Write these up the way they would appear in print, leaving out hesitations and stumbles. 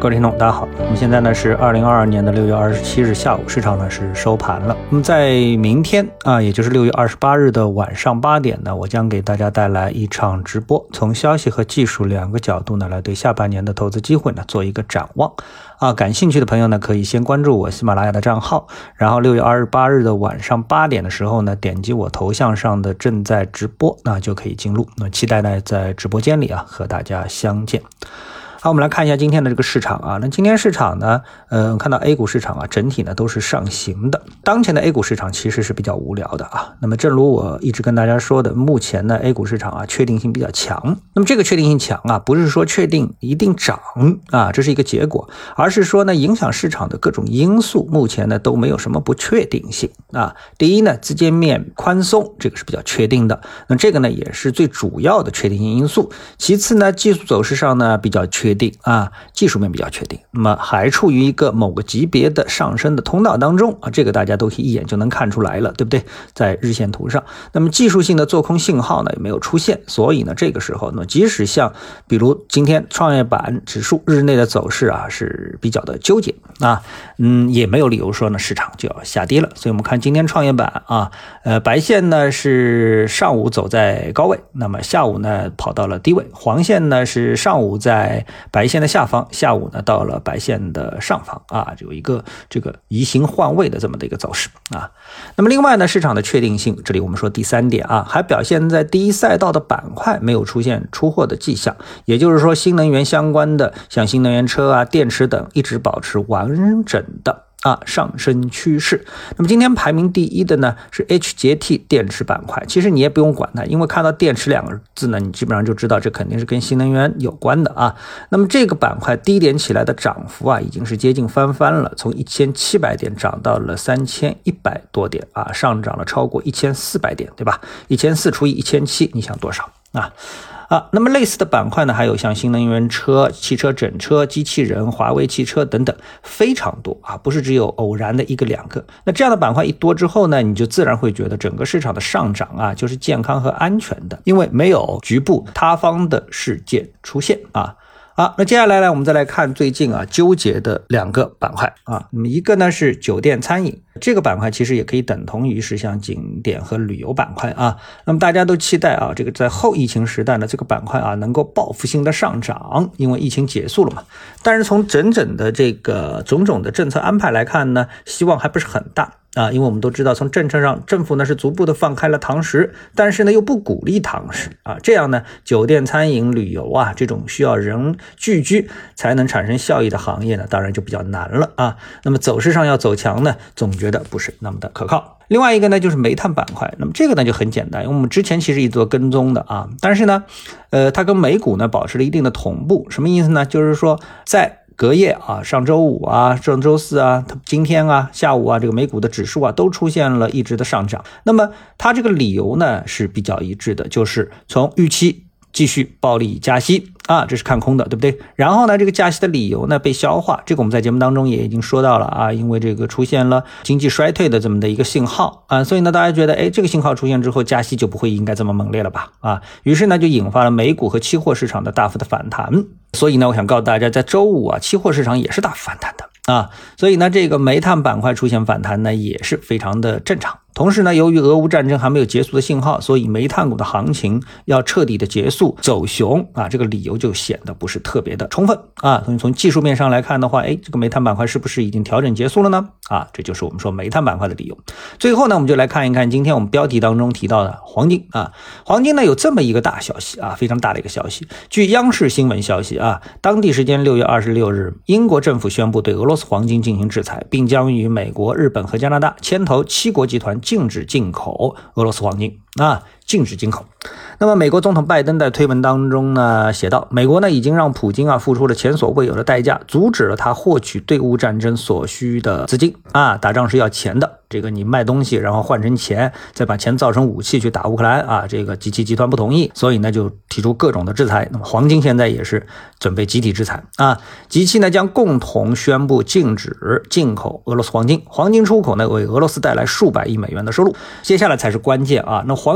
各位听众大家好，我们现在呢是2022年的6月27日下午，市场呢是收盘了。那么在明天也就是6月28日的晚上8点呢，我将给大家带来一场直播，从消息和技术两个角度呢来对下半年的投资机会呢做一个展望。感兴趣的朋友呢可以先关注我喜马拉雅的账号，然后6月28日的晚上8点的时候呢，点击我头像上的正在直播，那就可以进入。那期待呢在直播间里和大家相见。好，我们来看一下今天的这个市场那今天市场呢，看到 A 股市场整体呢都是上行的。当前的 A 股市场其实是比较无聊的那么正如我一直跟大家说的，目前呢 A 股市场确定性比较强。那么这个确定性强不是说确定一定涨这是一个结果，而是说呢影响市场的各种因素目前呢都没有什么不确定性第一呢，资金面宽松，这个是比较确定的，那这个呢也是最主要的确定性因素。其次呢，技术走势上呢比较确定技术面比较确定，那么还处于一个某个级别的上升的通道当中这个大家都一眼就能看出来了，对不对？在日线图上，那么技术性的做空信号呢也没有出现，所以呢这个时候呢，即使像比如今天创业板指数日内的走势是比较的纠结也没有理由说呢市场就要下跌了。所以我们看今天创业板白线呢是上午走在高位，那么下午呢跑到了低位，黄线呢是上午在白线的下方，下午呢到了白线的上方就有一个这个移形换位的这么的一个走势那么另外呢，市场的确定性，这里我们说第三点还表现在第一赛道的板块没有出现出货的迹象，也就是说新能源相关的像新能源车电池等一直保持完整的上升趋势。那么今天排名第一的呢是 HJT 电池板块，其实你也不用管它，因为看到电池两个字呢，你基本上就知道这肯定是跟新能源有关的那么这个板块低点起来的涨幅已经是接近翻番了，从1700点涨到了3100多点上涨了超过1400点，对吧？1400除以1700，你想多少那么类似的板块呢，还有像新能源车、汽车整车、机器人、华为汽车等等，非常多不是只有偶然的一个两个。那这样的板块一多之后呢，你就自然会觉得整个市场的上涨就是健康和安全的，因为没有局部他方的事件出现那接下来呢，我们再来看最近纠结的两个板块那么一个呢是酒店餐饮，这个板块其实也可以等同于是像景点和旅游板块那么大家都期待这个在后疫情时代呢，这个板块能够报复性的上涨，因为疫情结束了嘛。但是从整的这个种种的政策安排来看呢，希望还不是很大因为我们都知道从政策上政府呢是逐步的放开了堂食，但是呢又不鼓励堂食这样呢酒店餐饮旅游这种需要人聚居才能产生效益的行业呢，当然就比较难了那么走势上要走强呢，总觉得不是那么的可靠。另外一个呢就是煤炭板块，那么这个呢就很简单，因为我们之前其实一直做跟踪的但是呢它跟美股呢保持了一定的同步。什么意思呢？就是说在隔夜上周五上周四今天下午这个美股的指数都出现了一直的上涨。那么它这个理由呢是比较一致的，就是从预期继续暴力加息这是看空的，对不对？然后呢这个加息的理由呢被消化，这个我们在节目当中也已经说到了因为这个出现了经济衰退的这么的一个信号所以呢大家觉得这个信号出现之后，加息就不会应该这么猛烈了吧于是呢就引发了美股和期货市场的大幅的反弹。所以呢我想告诉大家，在周五期货市场也是大幅反弹的所以呢这个煤炭板块出现反弹呢也是非常的正常。同时呢，由于俄乌战争还没有结束的信号，所以煤炭股的行情要彻底的结束走熊这个理由就显得不是特别的充分所以从技术面上来看的话，这个煤炭板块是不是已经调整结束了呢这就是我们说煤炭板块的理由。最后呢，我们就来看一看今天我们标题当中提到的黄金黄金呢有这么一个大消息非常大的一个消息。据央视新闻消息当地时间6月26日，英国政府宣布对俄罗斯黄金进行制裁，并将与美国、日本和加拿大牵头7国集团禁止进口俄罗斯黄金禁止进口。那么美国总统拜登在推文当中呢写道，美国呢已经让普京付出了前所未有的代价，阻止了他获取对乌战争所需的资金打仗是要钱的，这个你卖东西然后换成钱，再把钱造成武器去打乌克兰这个G7集团不同意，所以呢就提出各种的制裁。那么黄金现在也是准备集体制裁G7呢将共同宣布禁止进口俄罗斯黄金，黄金出口呢为俄罗斯带来数百亿美元的收入。接下来才是关键那黄金呢是俄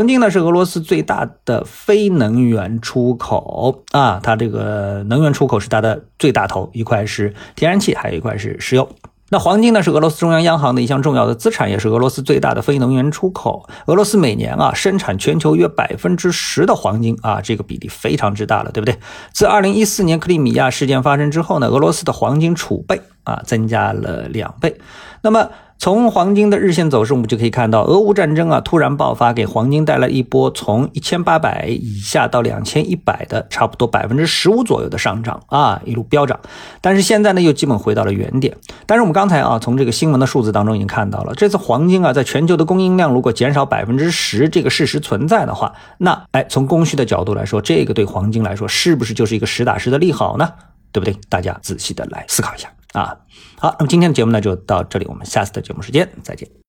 俄罗斯最大的非能源出口啊，它这个能源出口是它的最大头，一块是天然气，还有一块是石油。那黄金呢，是俄罗斯中央央行的一项重要的资产，也是俄罗斯最大的非能源出口。俄罗斯每年生产全球约10%的黄金啊，这个比例非常之大了，对不对？自2014年克里米亚事件发生之后呢，俄罗斯的黄金储备增加了2倍。那么从黄金的日线走势，我们就可以看到，俄乌战争突然爆发，给黄金带来一波从1800以下到2100的差不多15%左右的上涨一路飙涨。但是现在呢，又基本回到了原点。但是我们刚才从这个新闻的数字当中已经看到了，这次黄金在全球的供应量如果减少10%这个事实存在的话，那从供需的角度来说，这个对黄金来说是不是就是一个实打实的利好呢？对不对？大家仔细的来思考一下好，那么今天的节目呢就到这里，我们下次的节目时间再见。